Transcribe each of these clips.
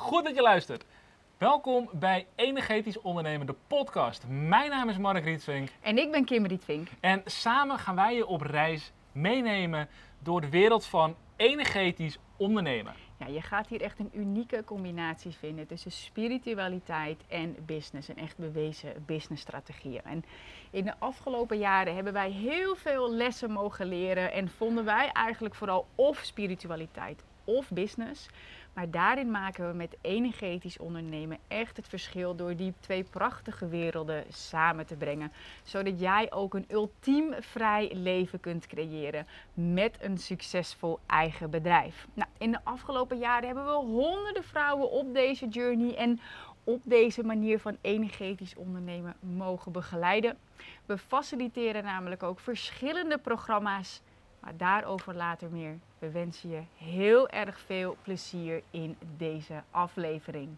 Goed dat je luistert. Welkom bij Energetisch Ondernemen, de podcast. Mijn naam is Mark Rietvink. En ik ben Kim Rietvink. En samen gaan wij je op reis meenemen door de wereld van energetisch ondernemen. Ja, je gaat hier echt een unieke combinatie vinden tussen spiritualiteit en business. En echt bewezen businessstrategieën. En in de afgelopen jaren hebben wij heel veel lessen mogen leren. En vonden wij eigenlijk vooral of spiritualiteit of business. Maar daarin maken we met energetisch ondernemen echt het verschil door die twee prachtige werelden samen te brengen. Zodat jij ook een ultiem vrij leven kunt creëren met een succesvol eigen bedrijf. Nou, in de afgelopen jaren hebben we honderden vrouwen op deze journey en op deze manier van energetisch ondernemen mogen begeleiden. We faciliteren namelijk ook verschillende programma's. Maar daarover later meer. We wensen je heel erg veel plezier in deze aflevering.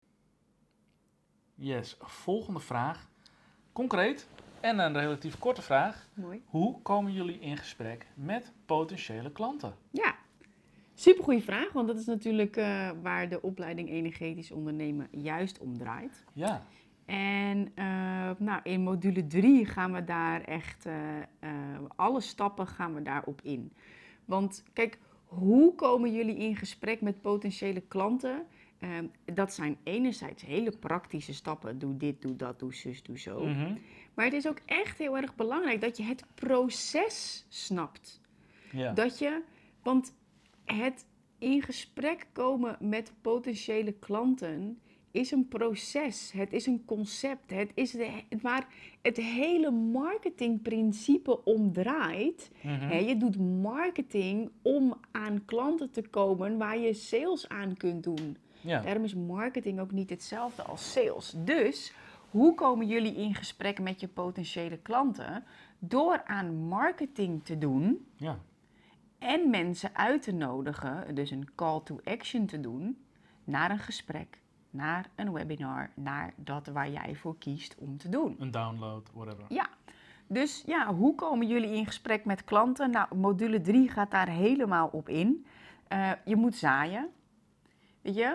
Yes, volgende vraag. Concreet en een relatief korte vraag. Mooi. Hoe komen jullie in gesprek met potentiële klanten? Ja, supergoeie vraag. Want dat is natuurlijk waar de opleiding energetisch ondernemen juist om draait. Ja. En in module 3 gaan we daar echt, alle stappen gaan we daarop in. Want kijk, hoe komen jullie in gesprek met potentiële klanten? Dat zijn enerzijds hele praktische stappen. Doe dit, doe dat, doe zus, doe zo. Mm-hmm. Maar het is ook echt heel erg belangrijk dat je het proces snapt. Ja. Want het in gesprek komen met potentiële klanten is een proces, het is een concept, het is waar het hele marketingprincipe om draait. Mm-hmm. Je doet marketing om aan klanten te komen waar je sales aan kunt doen. Ja. Daarom is marketing ook niet hetzelfde als sales. Dus hoe komen jullie in gesprek met je potentiële klanten? Door aan marketing te doen. Ja. En mensen uit te nodigen, dus een call to action te doen, naar een gesprek, naar een webinar, naar dat waar jij voor kiest om te doen. Een download, whatever. Ja, dus ja, hoe komen jullie in gesprek met klanten? Nou, module 3 gaat daar helemaal op in. Je moet zaaien, weet je.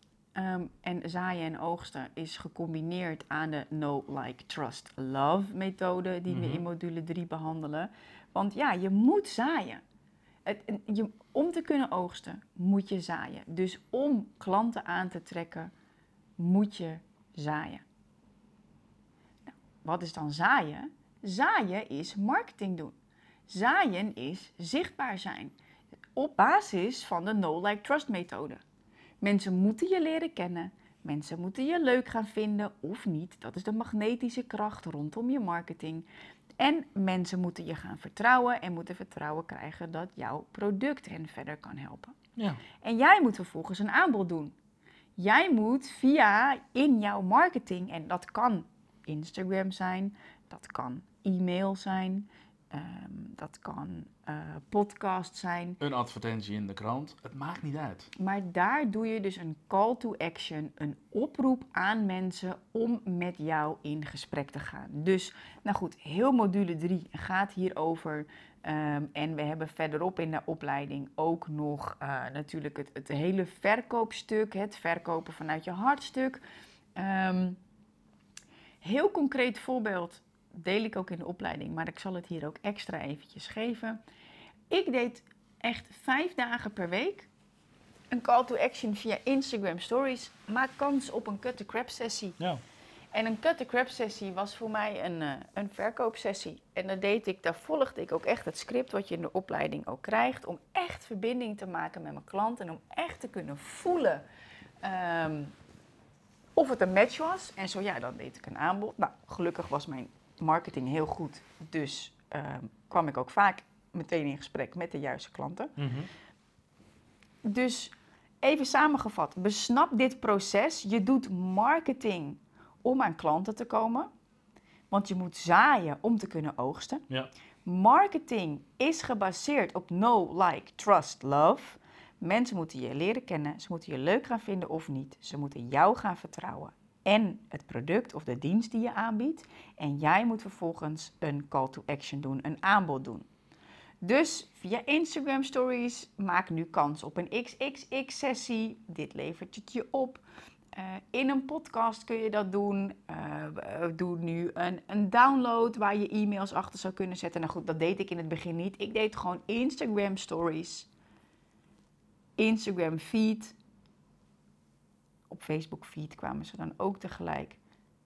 En zaaien en oogsten is gecombineerd aan de Know, Like, Trust, Love methode die we in module 3 behandelen. Want ja, je moet zaaien. Om te kunnen oogsten moet je zaaien. Dus om klanten aan te trekken moet je zaaien. Nou, wat is dan zaaien? Zaaien is marketing doen. Zaaien is zichtbaar zijn. Op basis van de Know, Like, Trust methode. Mensen moeten je leren kennen. Mensen moeten je leuk gaan vinden of niet. Dat is de magnetische kracht rondom je marketing. En mensen moeten je gaan vertrouwen en moeten vertrouwen krijgen dat jouw product hen verder kan helpen. Ja. En jij moet vervolgens een aanbod doen. Jij moet in jouw marketing, en dat kan Instagram zijn, dat kan e-mail zijn, dat kan podcast zijn. Een advertentie in de krant, het maakt niet uit. Maar daar doe je dus een call to action, een oproep aan mensen om met jou in gesprek te gaan. Dus, nou goed, heel module 3 gaat hierover. En we hebben verderop in de opleiding ook nog natuurlijk het hele verkoopstuk, het verkopen vanuit je hartstuk. Heel concreet voorbeeld deel ik ook in de opleiding, maar ik zal het hier ook extra eventjes geven. Ik deed echt 5 dagen per week een call to action via Instagram Stories. Maak kans op een cut the crap sessie. Ja. En een cut the crap sessie was voor mij een verkoopsessie. En daar volgde ik ook echt het script wat je in de opleiding ook krijgt. Om echt verbinding te maken met mijn klant. En om echt te kunnen voelen of het een match was. En zo ja, dan deed ik een aanbod. Nou, gelukkig was mijn marketing heel goed. Dus kwam ik ook vaak meteen in gesprek met de juiste klanten. Mm-hmm. Dus even samengevat, besnap dit proces. Je doet marketing om aan klanten te komen. Want je moet zaaien om te kunnen oogsten. Ja. Marketing is gebaseerd op Know, Like, Trust, Love. Mensen moeten je leren kennen. Ze moeten je leuk gaan vinden of niet. Ze moeten jou gaan vertrouwen. En het product of de dienst die je aanbiedt. En jij moet vervolgens een call to action doen, een aanbod doen. Dus via Instagram Stories maak nu kans op een XXX-sessie. Dit levert het je op. In een podcast kun je dat doen. Doe nu een download waar je e-mails achter zou kunnen zetten. Nou goed, dat deed ik in het begin niet. Ik deed gewoon Instagram Stories. Instagram Feed. Op Facebook Feed kwamen ze dan ook tegelijk.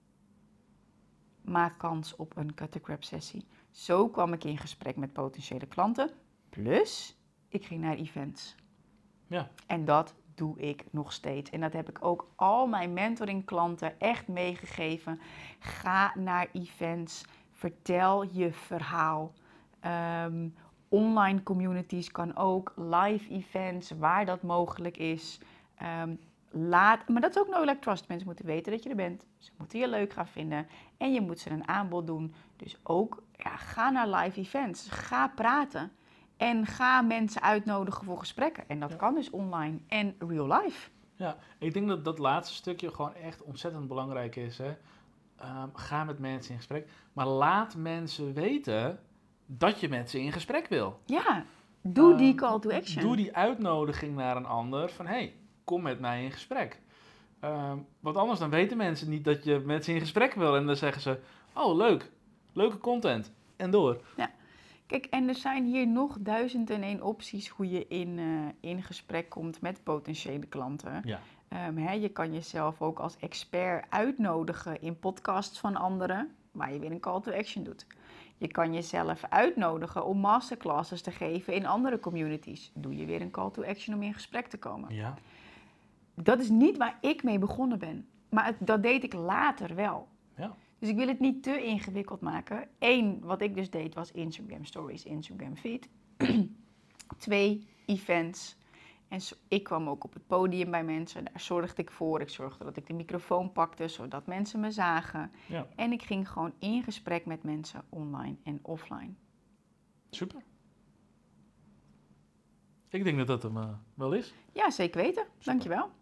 Maak kans op een cut the crap sessie. Zo kwam ik in gesprek met potentiële klanten. Plus, ik ging naar events. Ja. En dat doe ik nog steeds. En dat heb ik ook al mijn mentoring klanten echt meegegeven. Ga naar events. Vertel je verhaal. Online communities kan ook. Live events, waar dat mogelijk is. Maar dat is ook no like trust. Mensen moeten weten dat je er bent. Ze moeten je leuk gaan vinden. En je moet ze een aanbod doen. Dus ook, ga naar live events. Ga praten. En ga mensen uitnodigen voor gesprekken. En dat kan dus online en real life. Ja, ik denk dat dat laatste stukje gewoon echt ontzettend belangrijk is. Hè? Ga met mensen in gesprek. Maar laat mensen weten dat je met ze in gesprek wil. Ja, doe die call to action. Doe die uitnodiging naar een ander van hey, kom met mij in gesprek. Want anders dan weten mensen niet dat je met ze in gesprek wil. En dan zeggen ze, oh leuk, leuke content. En door. Ja. Kijk, en er zijn hier nog 1001 opties hoe je in gesprek komt met potentiële klanten. Ja. Je kan jezelf ook als expert uitnodigen in podcasts van anderen, waar je weer een call to action doet. Je kan jezelf uitnodigen om masterclasses te geven in andere communities. Doe je weer een call to action om in gesprek te komen. Ja. Dat is niet waar ik mee begonnen ben, maar dat deed ik later wel. Ja. Dus ik wil het niet te ingewikkeld maken. 1, wat ik dus deed, was Instagram Stories, Instagram Feed. 2, events. En ik kwam ook op het podium bij mensen. Daar zorgde ik voor. Ik zorgde dat ik de microfoon pakte, zodat mensen me zagen. Ja. En ik ging gewoon in gesprek met mensen online en offline. Super. Ik denk dat dat hem wel is. Ja, zeker weten. Dankjewel.